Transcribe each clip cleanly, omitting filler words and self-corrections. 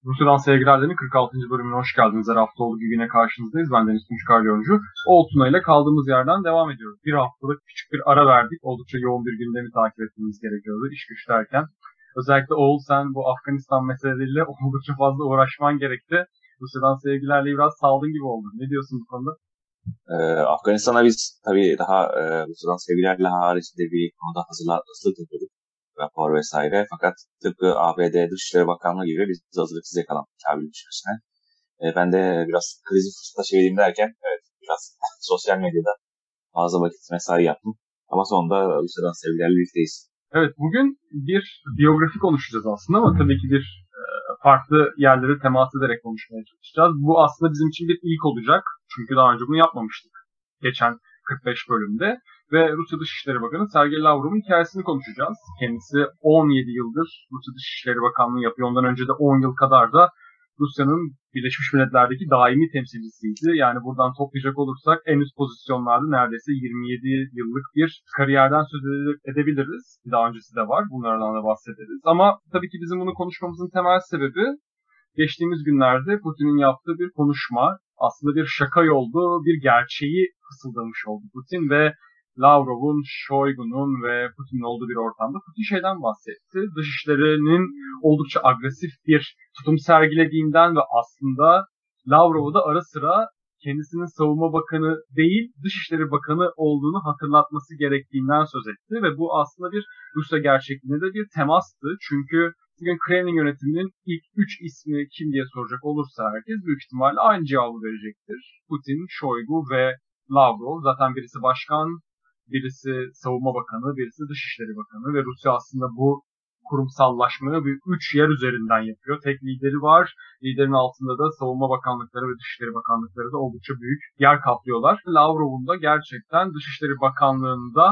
Rusya'dan Sevgiler'in 46. bölümüne hoş geldiniz. Her hafta olduğu gibi yine karşınızdayız. Ben Deniz Tunç Kalyoncu. Oltuna ile kaldığımız yerden devam ediyoruz. Bir haftalık küçük bir ara verdik. Oldukça yoğun bir gündemi takip etmemiz gerekiyordu iş güç derken. Özellikle Oğul, sen bu Afganistan meseleleriyle oldukça fazla uğraşman gerekti. Rusya'dan Sevgiler'le biraz saldın gibi oldu. Ne diyorsun bu konuda? Afganistan'a biz tabii daha Rusya'dan sevgilerle haricinde bir konuda hazırlık yapıyorduk. Rapor vesaire. Fakat tıpkı ABD Dışişleri Bakanlığı gibi biz hazırlıksız yakalandık kabul içerisine. Ben de biraz krizi fırsata çevireyim derken evet biraz sosyal medyada fazla vakit mesai yaptım. Ama sonunda Rusya'dan sevgilerle birlikteyiz. Evet, bugün bir biyografi konuşacağız aslında ama tabii ki bir farklı yerlere temas ederek konuşmaya çalışacağız. Bu aslında bizim için bir ilk olacak. Çünkü daha önce bunu yapmamıştık. Geçen 45 bölümde. Ve Rusya Dışişleri Bakanı Sergey Lavrov'un hikayesini konuşacağız. Kendisi 17 yıldır Rusya Dışişleri Bakanlığı yapıyor. Ondan önce de 10 yıl kadar da Rusya'nın Birleşmiş Milletler'deki daimi temsilcisiydi. Yani buradan toplayacak olursak en üst pozisyonlarda neredeyse 27 yıllık bir kariyerden söz edebiliriz. Daha öncesi de var. Bunlardan da bahsederiz. Ama tabii ki bizim bunu konuşmamızın temel sebebi geçtiğimiz günlerde Putin'in yaptığı bir konuşma. Aslında bir şaka yoldu, bir gerçeği fısıldamış oldu Putin ve Lavrov'un, Shoigu'nun ve Putin'in olduğu bir ortamda Putin şeyden bahsetti. Dışişlerinin oldukça agresif bir tutum sergilediğinden ve aslında Lavrov'u da ara sıra kendisinin savunma bakanı değil, Dışişleri Bakanı olduğunu hatırlatması gerektiğinden söz etti ve bu aslında bir Rusya gerçekliğinde de bir temastı. Çünkü bugün Kremlin yönetiminin ilk 3 ismi kim diye soracak olursa herkes büyük ihtimalle aynı cevabı verecektir. Putin, Shoigu ve Lavrov. Zaten birisi başkan, birisi savunma bakanı, birisi dışişleri bakanı ve Rusya aslında bu kurumsallaşmayı bir 3 yer üzerinden yapıyor. Tek lideri var. Liderin altında da savunma bakanlıkları ve dışişleri bakanlıkları da oldukça büyük yer kaplıyorlar. Lavrov'un da gerçekten dışişleri bakanlığında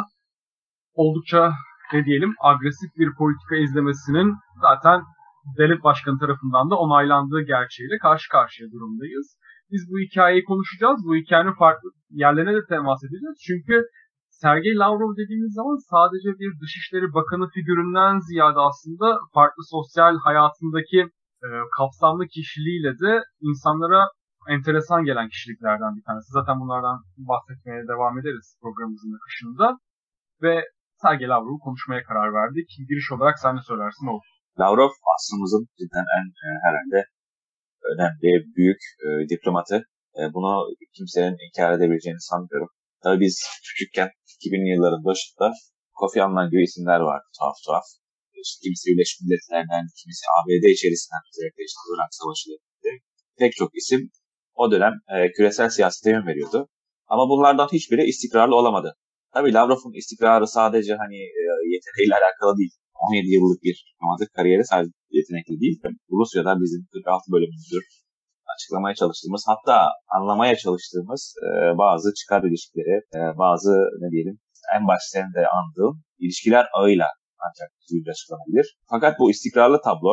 oldukça ne diyelim agresif bir politika izlemesinin zaten devlet başkanı tarafından da onaylandığı gerçeğiyle karşı karşıya durumdayız. Biz bu hikayeyi konuşacağız. Bu hikayenin farklı yerlerine de temas edeceğiz. Çünkü Sergey Lavrov dediğimiz zaman sadece bir Dışişleri Bakanı figüründen ziyade aslında farklı sosyal hayatındaki kapsamlı kişiliğiyle de insanlara enteresan gelen kişiliklerden bir tanesi. Zaten bunlardan bahsetmeye devam ederiz programımızın akışında. Ve Sergey Lavrov'u konuşmaya karar verdik. Giriş olarak sen ne söylersin olur. Lavrov aslımızın cidden en herhalde önemli, büyük diplomatı. Bunu kimsenin inkar edebileceğini sanmıyorum. Tabii biz küçükken 2000'li yılların başında Kofi Annan gibi isimler vardı tuhaf tuhaf. İşte kimisi Birleşmiş Milletler'den, kimisi ABD içerisinden özellikle işte Irak Savaşı döneminde. Pek çok isim o dönem küresel siyasete yön veriyordu. Ama bunlardan hiçbiri istikrarlı olamadı. Tabii Lavrov'un istikrarı sadece hani yeteneğiyle alakalı değil. 17 yıllık bir diplomatik kariyeri sadece yetenekli değil. Rusya'da bizim 46 bölümümüzdür açıklamaya çalıştığımız, hatta anlamaya çalıştığımız bazı çıkar ilişkileri, bazı ne diyelim en başta senin de andığım ilişkiler ağıyla ancak düzgünce açıklanabilir. Fakat bu istikrarlı tablo,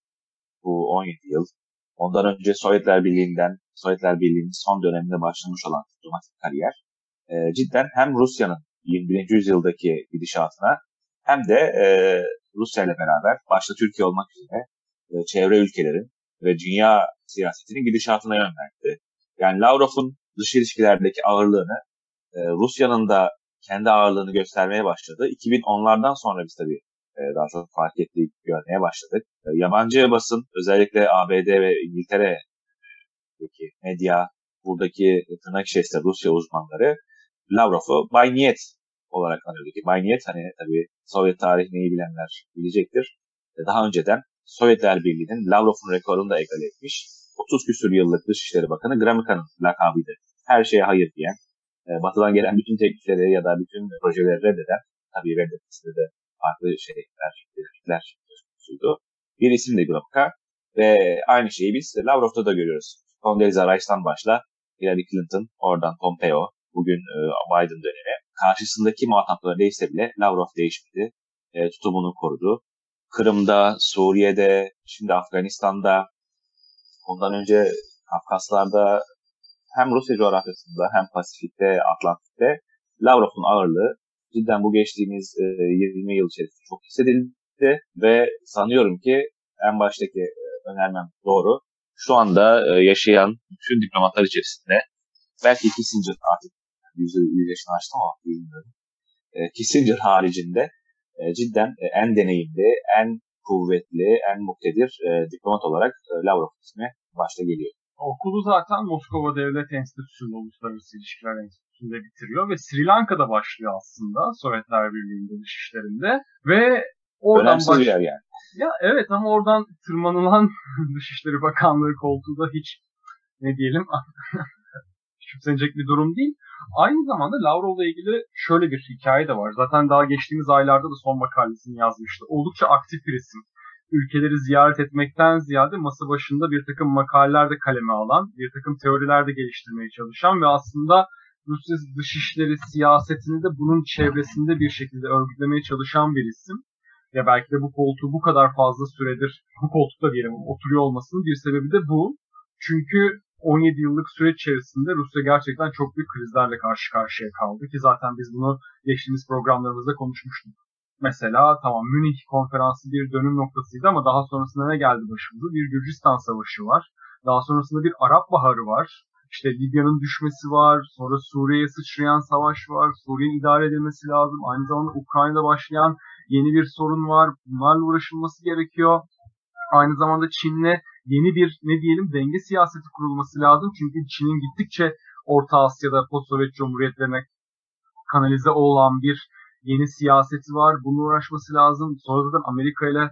bu 17 yıl, ondan önce Sovyetler Birliği'nin son döneminde başlamış olan diplomatik kariyer, cidden hem Rusya'nın 21. yüzyıldaki gidişatına hem de Rusya ile beraber, başta Türkiye olmak üzere çevre ülkelerin ve dünya siyasetinin gidişatına yön verdi. Yani Lavrov'un dış ilişkilerdeki ağırlığını, Rusya'nın da kendi ağırlığını göstermeye başladı. 2010'lardan sonra biz tabii daha çok fark ettiği görmeye başladık. Yabancı basın, özellikle ABD ve İngiltere'deki medya, buradaki tırnak içerisinde Rusya uzmanları Lavrov'u Bay Niyet olarak anıyordu ki Bay Niyet hani tabii Sovyet tarihini iyi bilenler bilecektir. Daha önceden Sovyetler Birliği'nin Lavrov'un rekorunu da egale etmiş. 30 küsur yıllık Dışişleri Bakanı Gromykan'ın lakabıydı. Her şeye hayır diyen, Batı'dan gelen bütün teklifleri ya da bütün projeleri reddeden, tabii reddetmesinde de farklı şeyler söz konusuydu. Bir isim de Gromyka ve aynı şeyi biz Lavrov'da da görüyoruz. Condoleezza Rice'dan başla, Hillary Clinton, oradan Pompeo, bugün Biden dönemi. Karşısındaki muhatapları değişse bile Lavrov değişmedi. Tutumunu korudu. Kırım'da, Suriye'de, şimdi Afganistan'da, ondan önce Kafkaslar'da, hem Rusya coğrafyasında hem Pasifik'te, Atlantik'te Lavrov'un ağırlığı cidden bu geçtiğimiz 20 yıl içerisinde çok hissedildi ve sanıyorum ki en baştaki önermem doğru. Şu anda yaşayan bütün diplomatlar içerisinde belki Kissinger artık %100 yaşını aştı ama bilmiyorum. Kissinger haricinde cidden en deneyimli, en kuvvetli, en muktedir diplomat olarak Lavrov ismi başta geliyor. Okulu zaten Moskova Devlet Enstitüsü'nde, Uluslararası İlişkiler Enstitüsü'nde bitiriyor ve Sri Lanka'da başlıyor aslında Sovyetler Birliği'nde dışişlerinde ve oradan önemsiz bir yer yani. Ya evet, ama oradan tırmanılan Dışişleri Bakanlığı koltuğu da hiç ne diyelim küçümsenecek bir durum değil. Aynı zamanda Lavrov'la ilgili şöyle bir hikaye de var. Zaten daha geçtiğimiz aylarda da son makalesini yazmıştı. Oldukça aktif bir isim. Ülkeleri ziyaret etmekten ziyade masa başında bir takım makaleler de kaleme alan, bir takım teoriler de geliştirmeye çalışan ve aslında Rusya dışişleri siyasetini de bunun çevresinde bir şekilde örgütlemeye çalışan bir isim. Ya belki de bu koltuğu bu kadar fazla süredir, bu koltukta diyelim, oturuyor olmasının bir sebebi de bu. Çünkü 17 yıllık süreç içerisinde Rusya gerçekten çok büyük krizlerle karşı karşıya kaldı ki zaten biz bunu geçtiğimiz programlarımızda konuşmuştuk. Mesela tamam, Münih konferansı bir dönüm noktasıydı ama daha sonrasında ne geldi başımıza? Bir Gürcistan Savaşı var. Daha sonrasında bir Arap Baharı var. İşte Libya'nın düşmesi var. Sonra Suriye'ye sıçrayan savaş var. Suriye'nin idare edilmesi lazım. Aynı zamanda Ukrayna'da başlayan yeni bir sorun var. Bunlarla uğraşılması gerekiyor. Aynı zamanda Çin'le yeni bir ne diyelim denge siyaseti kurulması lazım. Çünkü Çin'in gittikçe Orta Asya'da post-Sovyet Cumhuriyetlerine kanalize olan bir yeni siyaseti var. Bununla uğraşması lazım. Sonra zaten Amerika ile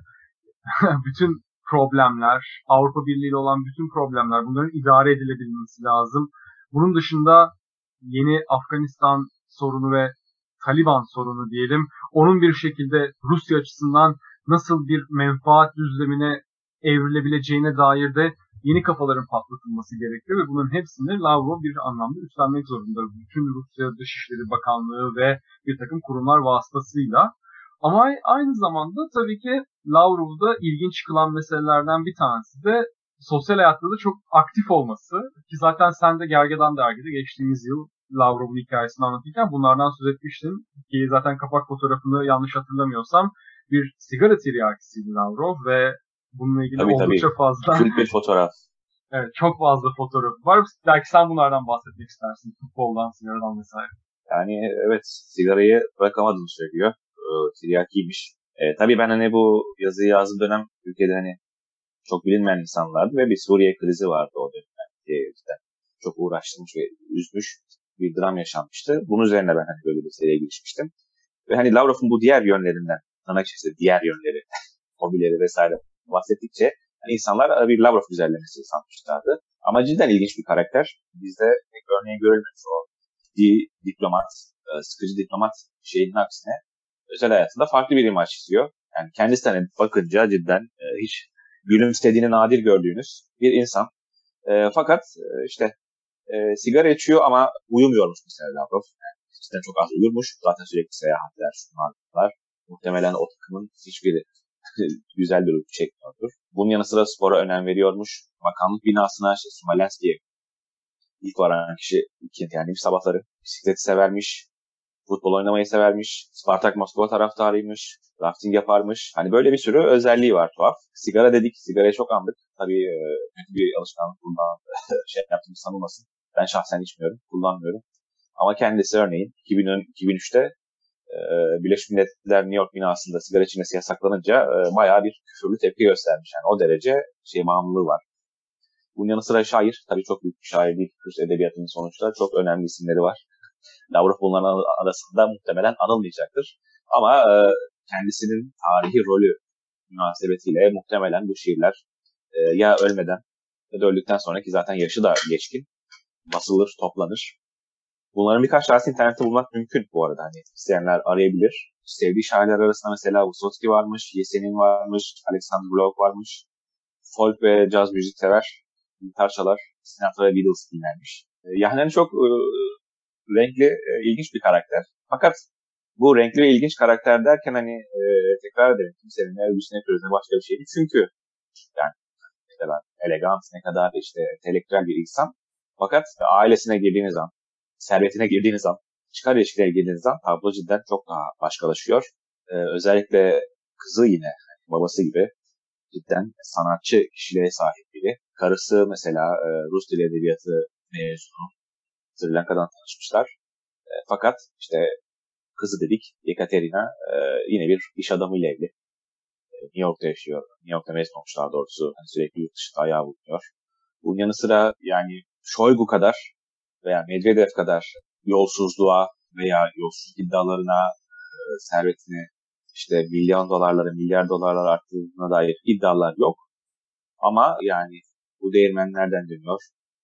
bütün problemler, Avrupa Birliği ile olan bütün problemler, bunların idare edilebilmesi lazım. Bunun dışında yeni Afganistan sorunu ve Taliban sorunu diyelim, onun bir şekilde Rusya açısından nasıl bir menfaat düzlemine evrilebileceğine dair de yeni kafaların patlatılması gerekiyor ve bunun hepsini Lavrov bir anlamda üstlenmek zorunda. Bütün Rusya Dışişleri Bakanlığı ve bir takım kurumlar vasıtasıyla. Ama aynı zamanda tabii ki Lavrov'da ilginç kılan meselelerden bir tanesi de sosyal hayatta da çok aktif olması. Ki zaten sen de Gergedan Dergi'de geçtiğimiz yıl Lavrov'un hikayesini anlatırken bunlardan söz etmiştin. Ki zaten kapak fotoğrafını yanlış hatırlamıyorsam bir sigara tiryakisiydi Lavrov ve bununla ilgili oldukça fazla... Kült bir fotoğraf. Evet, çok fazla fotoğraf var. Belki sen bunlardan bahsetmek istersin. Futboldan, sigaradan vesaire. Yani evet, sigarayı bırakamadığını söylüyor. Tiryakiymiş. Tabii ben hani bu yazıyı yazdığım dönem ülkede hani çok bilinmeyen insanlardı ve bir Suriye krizi vardı o dönem. Çok uğraştırmış ve üzmüş bir dram yaşanmıştı. Bunun üzerine ben hani böyle bir seriye girişmiştim. Ve hani Lavrov'un bu diğer yönlerinden, tırnak içerisinde diğer yönleri, hobileri vesaire bahsettikçe hani insanlar bir Lavrov güzellemesi sanmışlardı. Ama cidden ilginç bir karakter. Bizde pek örneği görülmüyor o diplomat, sıkıcı diplomat şeyin aksine özel hayatında farklı bir imaj çiziyor. Yani kendisine bakınca cidden hiç gülümsediğini nadir gördüğünüz bir insan. Fakat işte sigara içiyor ama uyumuyormuş mesela Lavrov. Yani cidden çok az uyurmuş. Zaten sürekli seyahatler, şunlar. Muhtemelen o takımın hiçbiri güzel bir uyku çekmiyordur. Bunun yanı sıra spora önem veriyormuş. Bakanlık binasına Smolenski'ye ilk varan kişi yani sabahları bisikleti severmiş. Futbol oynamayı severmiş. Spartak Moskova taraftarıymış. Rafting yaparmış. Hani böyle bir sürü özelliği var tuhaf. Sigara dedik. Sigarayı çok andık. Tabii kötü bir alışkanlık bundan yaptığımız sanılmasın. Ben şahsen içmiyorum. Kullanmıyorum. Ama kendisi örneğin 2003'te Birleşmiş Milletler New York binasında sigara içilmesi yasaklanınca bayağı bir küfürlü tepki göstermiş. Yani o derece bağımlılığı var. Bunun yanı sıra şair. Tabii çok büyük bir şair değil. Rus edebiyatının sonuçta çok önemli isimleri var. Lavrov bunların arasında muhtemelen anılmayacaktır. Ama kendisinin tarihi rolü münasebetiyle muhtemelen bu şiirler ya ölmeden ya da öldükten sonraki zaten yaşı da geçkin basılır, toplanır. Bunların birkaç tanesini internette bulmak mümkün bu arada. Hani isteyenler arayabilir. Sevdiği şairler arasında mesela Vysotsky varmış, Yesenin varmış, Alexander Blok varmış. Folk ve caz müzik sever, gitar çalar, Sinatra ve Beatles dinlermiş. Yani çok renkli, ilginç bir karakter. Fakat bu renkli ve ilginç karakter derken hani tekrar edelim, kimsenin ne övgüsüne kırılığına başka bir şey değil. Çünkü yani mesela elegant, ne kadar işte entelektüel bir insan. Fakat ailesine girdiğiniz an, servetine girdiğiniz an, çıkar ilişkilerine girdiğiniz an tablo cidden çok daha başkalaşıyor. Özellikle kızı yine babası gibi cidden sanatçı kişiliğe sahip biri. Karısı mesela Rus Dili Edebiyatı mezunu. Sri Lanka'dan tanışmışlar. Fakat işte kızı dedik Yekaterina yine bir iş adamıyla evli. New York'ta yaşıyor. New York'ta mezun olmuş daha doğrusu. Yani sürekli yurt dışında ayağı bulunuyor. Bunun yanı sıra yani Shoigu kadar veya Medvedev kadar yolsuzluğa veya yolsuzluk iddialarına, servetini işte milyon dolarlara, milyar dolarlara arttırdığına dair iddialar yok. Ama yani bu değirmen nereden dönüyor?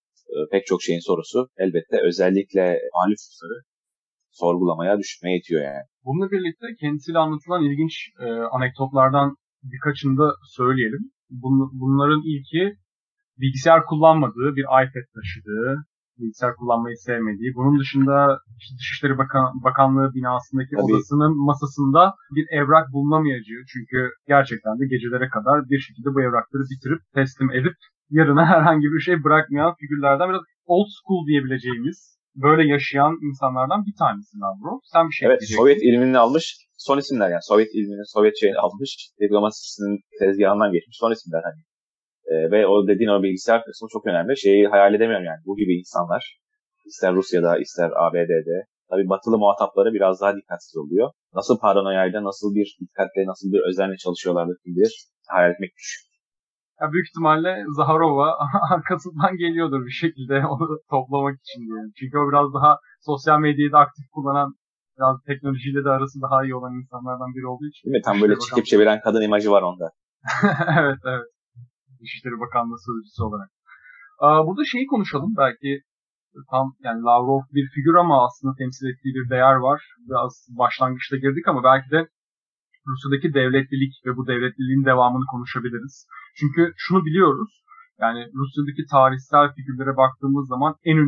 Pek çok şeyin sorusu elbette özellikle muhalif hususları sorgulamaya, düşünmeye yetiyor yani. Bununla birlikte kendisiyle anlatılan ilginç anekdotlardan birkaçını da söyleyelim. Bunların ilki bilgisayar kullanmadığı, bir iPad taşıdığı, bilgisayar kullanmayı sevmediği. Bunun dışında işte Dışişleri Bakanlığı binasındaki Tabii. odasının masasında bir evrak bulunamayacağı. Çünkü gerçekten de gecelere kadar bir şekilde bu evrakları bitirip teslim edip yarına herhangi bir şey bırakmayan figürlerden biraz old school diyebileceğimiz, böyle yaşayan insanlardan bir tanesi Lavrov. Sen bir şey Evet, diyeceksin. Sovyet ilmini almış, son isimler yani. Sovyet ilmini, Sovyet şeyini almış, diplomasisinin tezgahından geçmiş son isimler hani. Ve o dediğin o bilgisayar kısmı çok önemli. Şeyi hayal edemiyorum yani. Bu gibi insanlar, ister Rusya'da, ister ABD'de, tabii batılı muhatapları biraz daha dikkatsiz oluyor. Nasıl paranoyayla, nasıl bir dikkatle, nasıl bir özenle çalışıyorlardı kim bilir. Hayal etmek güç. Ya büyük ihtimalle Zaharova arkasından geliyordur bir şekilde onu toplamak için diye. Çünkü o biraz daha sosyal medyayı da aktif kullanan, biraz teknolojiyle de arası daha iyi olan insanlardan biri olduğu için. Değil mi? Tam böyle çekip çeviren kadın imajı var onda. Evet, evet. Dışişleri Bakanlığı sözcüsü olarak. Burada şeyi konuşalım belki, tam yani Lavrov bir figür ama aslında temsil ettiği bir değer var. Biraz başlangıçta girdik ama belki de Rusya'daki devletlilik ve bu devletliliğin devamını konuşabiliriz. Çünkü şunu biliyoruz. Yani Rusya'daki tarihsel figürlere baktığımız zaman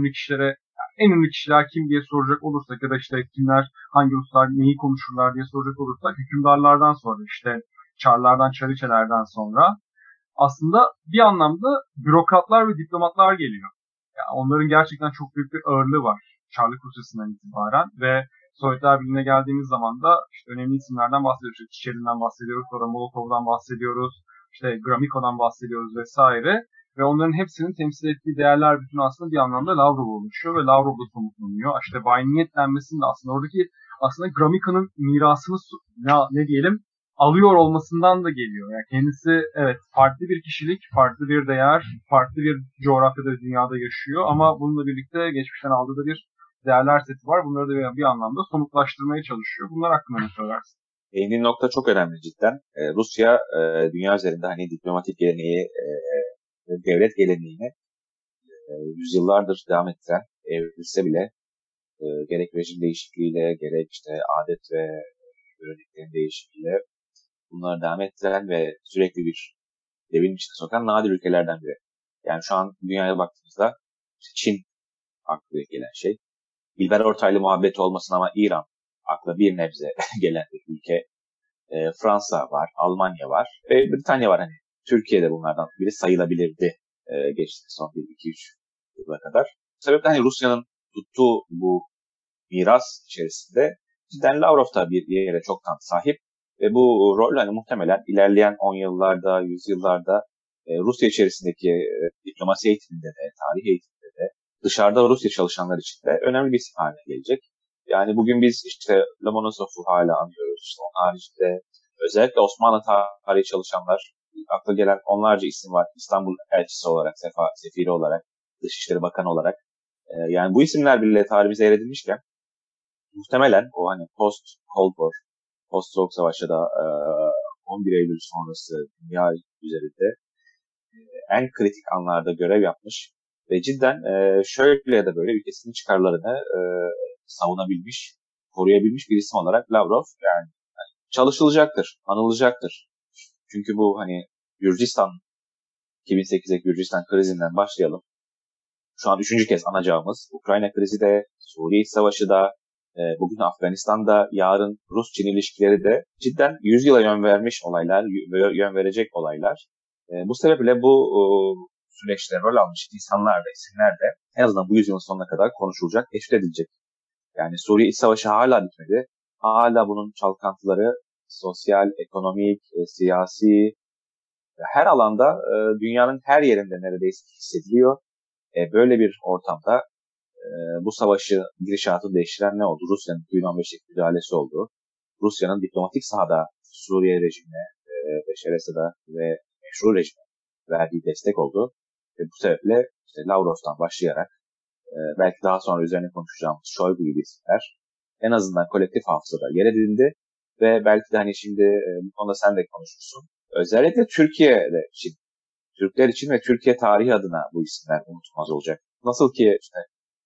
en ünlü kişiler kim diye soracak olursak ya da işte kimler, hangi Ruslar neyi konuşurlar diye soracak olursak hükümdarlardan sonra işte çarlardan, çariçelerden sonra aslında bir anlamda bürokratlar ve diplomatlar geliyor. Yani onların gerçekten çok büyük bir ağırlığı var Çarlık Rusyası'ndan itibaren ve Sovyetler Birliği'ne geldiğimiz zaman da işte önemli isimlerden bahsediyoruz. İşte Çiçerin'den bahsediyoruz, sonra Molotov'dan bahsediyoruz, işte Gromyko'dan bahsediyoruz vesaire. Ve onların hepsinin temsil ettiği değerler bütün aslında bir anlamda Lavrov oluşuyor ve Lavrov da somutlanıyor. İşte bayniyet denmesinin de aslında oradaki Gromyko'nun mirasını ne diyelim alıyor olmasından da geliyor. Yani kendisi evet farklı bir kişilik, farklı bir değer, farklı bir coğrafyada, dünyada yaşıyor ama bununla birlikte geçmişten aldığı da bir değerler seti var. Bunları da bir anlamda somutlaştırmaya çalışıyor. Bunlar hakkında ne söylersin? Değindiğin nokta çok önemli cidden. Rusya dünya üzerinde hani diplomatik geleneği, devlet geleneğini yüzyıllardır devam ettiren, evrilse bile gerek rejim değişikliğiyle, gerek işte adet ve göreneklerin değişikliğiyle bunları devam ettiren ve sürekli bir devrin içine sokan nadir ülkelerden biri. Yani şu an dünyaya baktığımızda Çin akla gelen şey. İlber Ortaylı muhabbeti olmasın ama İran akla bir nebze gelen bir ülke. Fransa var, Almanya var ve Britanya var. Hani Türkiye'de bunlardan biri sayılabilirdi geçti son 1-2-3 yıla kadar. Bu sebeple hani Rusya'nın tuttuğu bu miras içerisinde cidden Lavrov da bir yere çoktan sahip ve bu rol hani muhtemelen ilerleyen 10 yıllarda, 100 yıllarda Rusya içerisindeki diplomasi eğitiminde de, tarih eğitiminde de, dışarıda Rusya çalışanlar için de önemli bir isim haline gelecek. Yani bugün biz işte Lomonosov'u hala anlıyoruz. İşte onun haricinde özellikle Osmanlı tarihi çalışanlar, akla gelen onlarca isim var. İstanbul elçisi olarak, sefiri olarak, Dışişleri Bakanı olarak. Yani bu isimler bile tarihimize yer edilmişken muhtemelen o hani post Cold War, post Soğuk Savaş ya da 11 Eylül sonrası dünya üzerinde en kritik anlarda görev yapmış ve cidden şöyle ya da böyle ülkesinin çıkarlarını savunabilmiş, koruyabilmiş bir isim olarak Lavrov yani çalışılacaktır, anılacaktır. Çünkü bu hani Gürcistan, 2008'deki Gürcistan krizinden başlayalım. Şu an 3. kez anacağımız Ukrayna krizi de, Suriye İç Savaşı da, bugün Afganistan'da, yarın Rus-Çin ilişkileri de cidden 100 yıla yön vermiş olaylar, yön verecek olaylar. Bu sebeple bu süreçte rol almış insanlar da, isimler de en azından bu yüzyılın sonuna kadar konuşulacak, teşvik edilecek. Yani Suriye İç Savaşı hala bitmedi. Hala bunun çalkantıları sosyal, ekonomik, siyasi, her alanda dünyanın her yerinde neredeyse hissediliyor. Böyle bir ortamda bu savaşı gidişatı değiştiren ne oldu? Rusya'nın 2015'teki müdahalesi oldu. Rusya'nın diplomatik sahada Suriye rejimine, Beşar Esad'a ve meşru rejime verdiği destek oldu. Ve bu sebeple işte Lavrov'tan başlayarak belki daha sonra üzerine konuşacağımız Shoigu gibi isimler en azından kolektif hafızada yer edildi. Ve belki de hani şimdi bu konuda sen de konuşmuşsun. Özellikle Türkiye'de için, Türkler için ve Türkiye tarihi adına bu isimler unutulmaz olacak. Nasıl ki işte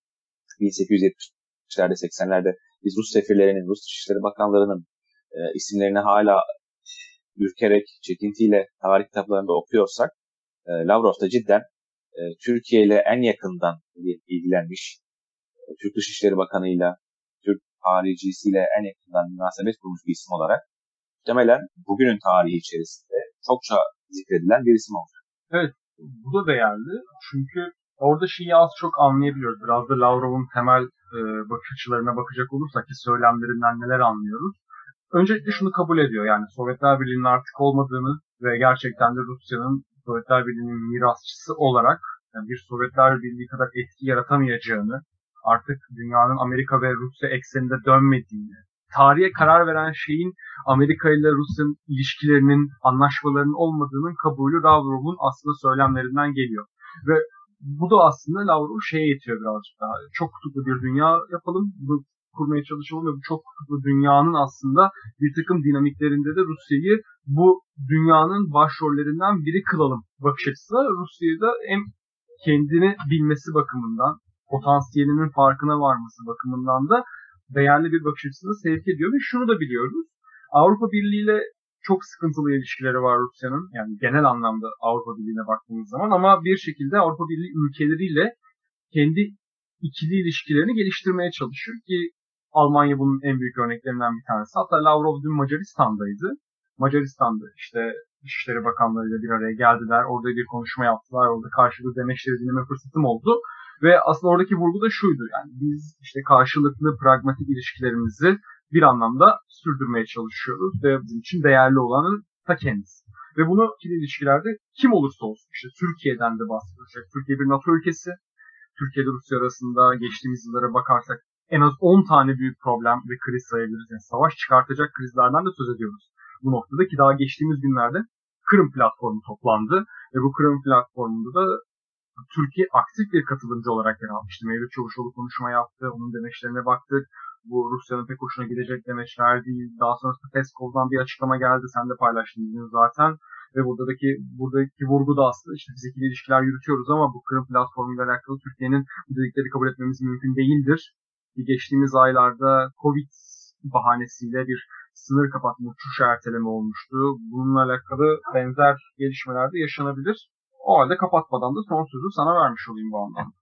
1870'lerde, 80'lerde biz Rus sefirlerinin, Rus Dışişleri Bakanlarının isimlerini hala ürkerek, çekintiyle tarih kitaplarında okuyorsak, Lavrov da cidden Türkiye ile en yakından ilgilenmiş, Türk Dışişleri Bakanı'yla, Türk haricisiyle en yakından münasebet kurmuş bir isim olarak muhtemelen bugünün tarihi içerisinde çokça zikredilen bir isim olacak. Evet, bu da değerli. Çünkü orada şeyi az çok anlayabiliyoruz. Biraz da Lavrov'un temel bakış açılarına bakacak olursak ki söylemlerinden neler anlıyoruz. Öncelikle şunu kabul ediyor. Yani Sovyetler Birliği'nin artık olmadığını ve gerçekten de Rusya'nın Sovyetler Birliği'nin mirasçısı olarak yani bir Sovyetler Birliği kadar etki yaratamayacağını, artık dünyanın Amerika ve Rusya ekseninde dönmediğini, tarihe karar veren şeyin Amerika ile Rusya'nın ilişkilerinin, anlaşmalarının olmadığının kabulü Lavrov'un aslında söylemlerinden geliyor. Ve bu da aslında Lavrov'u şeye yetiyor birazcık daha. Çok kutuplu bir dünya yapalım, kurmaya çalışalım ve bu çok kutuplu dünyanın aslında bir takım dinamiklerinde de Rusya'yı bu dünyanın başrollerinden biri kılalım bakış açısı. Rusya'yı da hem kendini bilmesi bakımından, potansiyelinin farkına varması bakımından da değerli bir bakış açısına sevk ediyor ve şunu da biliyoruz. Avrupa Birliği ile çok sıkıntılı ilişkileri var Rusya'nın. Yani genel anlamda Avrupa Birliği'ne baktığımız zaman ama bir şekilde Avrupa Birliği ülkeleriyle kendi ikili ilişkilerini geliştirmeye çalışıyor ki Almanya bunun en büyük örneklerinden bir tanesi. Hatta Lavrov dün Macaristan'daydı. Macaristan'da işte Dışişleri Bakanlarıyla bir araya geldiler. Orada bir konuşma yaptılar. Orada karşılıklı demeçleri dinleme fırsatım oldu. Ve aslında oradaki vurgu da şuydu. Yani biz işte karşılıklı pragmatik ilişkilerimizi bir anlamda sürdürmeye çalışıyoruz. Ve bizim için değerli olanın ta kendisi. Ve bunu ikili ilişkilerde kim olursa olsun işte Türkiye'den de bahsedilecek. Türkiye bir NATO ülkesi. Türkiye ile Rusya arasında geçtiğimiz yıllara bakarsak en az 10 tane büyük problem ve kriz sayabiliriz. Yani savaş çıkartacak krizlerden de söz ediyoruz. Bu noktada ki daha geçtiğimiz günlerde Kırım platformu toplandı ve bu Kırım platformunda da Türkiye aktif bir katılımcı olarak yer almıştı. Mevlüt Çavuşoğlu konuşma yaptı, onun demeçlerine baktık. Bu Rusya'nın pek hoşuna gidecek demeçler değil. Daha sonrasında Peskov'dan bir açıklama geldi, sen de paylaştın zaten. Ve buradaki vurgu da aslında işte biz ikili ilişkiler yürütüyoruz ama bu Kırım platformuyla alakalı Türkiye'nin bu dedikleri kabul etmemiz mümkün değildir. Geçtiğimiz aylarda Covid bahanesiyle bir sınır kapatma, uçuş erteleme olmuştu. Bununla alakalı benzer gelişmeler de yaşanabilir. O halde kapatmadan da son sözü sana vermiş olayım bu anlamda.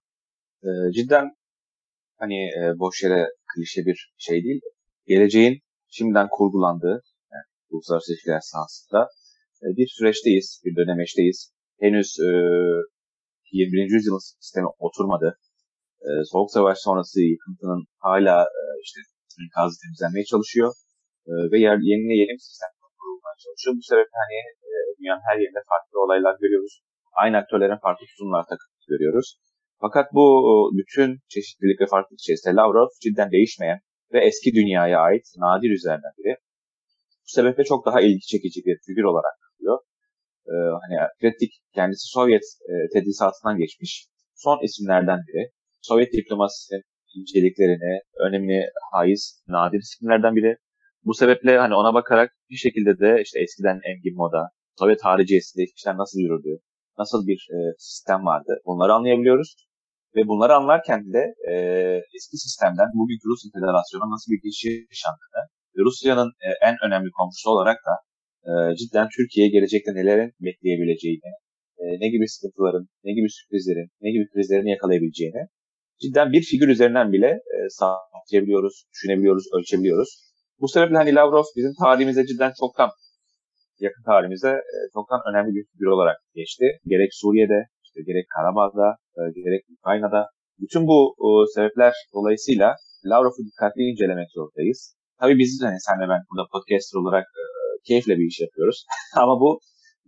Cidden hani boş yere klişe bir şey değil. Geleceğin şimdiden kurgulandığı yani uluslararası ilişkiler sahasında bir süreçteyiz, bir dönemeçteyiz. Henüz 21. yüzyılın sistemi oturmadı. Soğuk Savaş sonrası yıkıntının hala işte enkazı temizlenmeye çalışıyor ve yeni bir sistem kurulmaya çalışıyor. Bu sebeple hani dünyanın her yerinde farklı olaylar görüyoruz. Aynı aktörlerin farklı tutumlar takıldığını görüyoruz. Fakat bu bütün çeşitlilik ve farklılık içerisinde Lavrov cidden değişmeyen ve eski dünyaya ait nadir yüzlerden biri. Bu sebeple çok daha ilgi çekici bir figür olarak kalıyor. Hani kritik kendisi Sovyet tedrisatından geçmiş son isimlerden biri. Sovyet diplomasisinin inceliklerini, önemini haiz, nadir isimlerden biri. Bu sebeple hani ona bakarak bir şekilde de işte eskiden Engin Moda, Sovyet hariciyesinde işler nasıl yürüdü, nasıl bir sistem vardı bunları anlayabiliyoruz. Ve bunları anlarken de eski sistemden bugünkü Rusya Federasyonu'na nasıl bir geçiş yaşandığını ve Rusya'nın en önemli komşusu olarak da cidden Türkiye'ye gelecekte nelerin bekleyebileceğini, ne gibi sıkıntıların, ne gibi sürprizlerin, ne gibi krizlerin yakalayabileceğini cidden bir figür üzerinden bile saptayabiliyoruz, düşünebiliyoruz, ölçebiliyoruz. Bu sebeple hani Lavrov bizim tarihimize cidden çoktan, yakın tarihimize çoktan önemli bir figür olarak geçti. Gerek Suriye'de, işte gerek Karabağ'da, gerek Ukrayna'da. Bütün bu sebepler dolayısıyla Lavrov'u dikkatli incelemek zorundayız. Tabii biz hani senle ben burada podcaster olarak keyifle bir iş yapıyoruz. Ama bu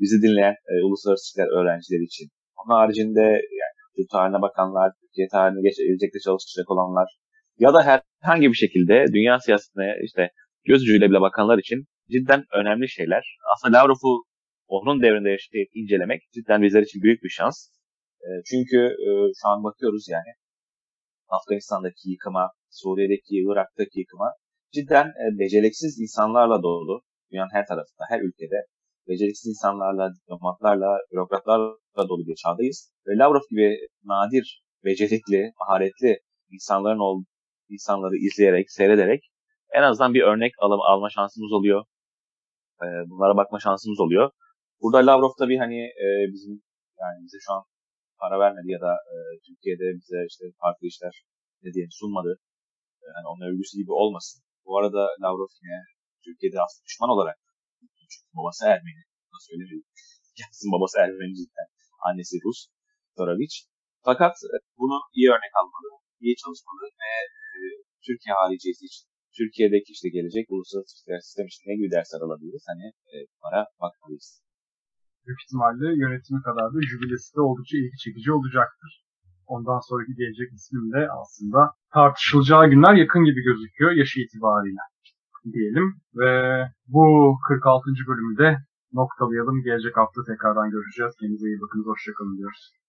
bizi dinleyen uluslararası ilişkiler öğrencileri için. Onun haricinde yani Türk tarihine bakanlar, Türkiye tarihine gelecekte çalışacak olanlar ya da herhangi bir şekilde dünya siyasetine işte göz ucuyla bile bakanlar için cidden önemli şeyler. Aslında Lavrov'u onun devrinde yaşayıp incelemek cidden bizler için büyük bir şans. Çünkü şu an bakıyoruz yani Afganistan'daki yıkıma, Suriye'deki, Irak'taki yıkıma cidden beceriksiz insanlarla dolu. Dünyanın her tarafında, her ülkede beceriksiz insanlarla, diplomatlarla, bürokratlarla dolu bir çağdayız. Ve Lavrov gibi nadir, becerikli, maharetli insanları izleyerek, seyrederek en azından bir örnek alma şansımız oluyor. Bunlara bakma şansımız oluyor. Burada Lavrov tabii hani bizim yani bize şu an para vermedi ya da Türkiye'de bize işte farklı işler ne diyelim sunmadı. Yani onun övgüsü gibi olmasın. Bu arada Lavrov yine Türkiye'de aslında düşman olarak çünkü babası Ermeni. Nasıl söylemedim. Kendisinin babası Ermeni cidden. Annesi Rus. Toroviç. Fakat bunu iyi örnek almalı, iyi çalışmalı ve Türkiye hariciyesi için Türkiye'deki işte gelecek uluslararası sistem için ne gibi dersler alabiliriz? Hani bunlara bakmalıyız. Büyük ihtimalle yönetimi kadar da jübilesi de oldukça ilgi çekici olacaktır. Ondan sonraki gelecek ismin de aslında tartışılacağı günler yakın gibi gözüküyor yaşı itibariyle diyelim. Ve bu 46. bölümü de noktalayalım. Gelecek hafta tekrardan görüşeceğiz. Kendinize iyi bakın. Hoşçakalın diyoruz.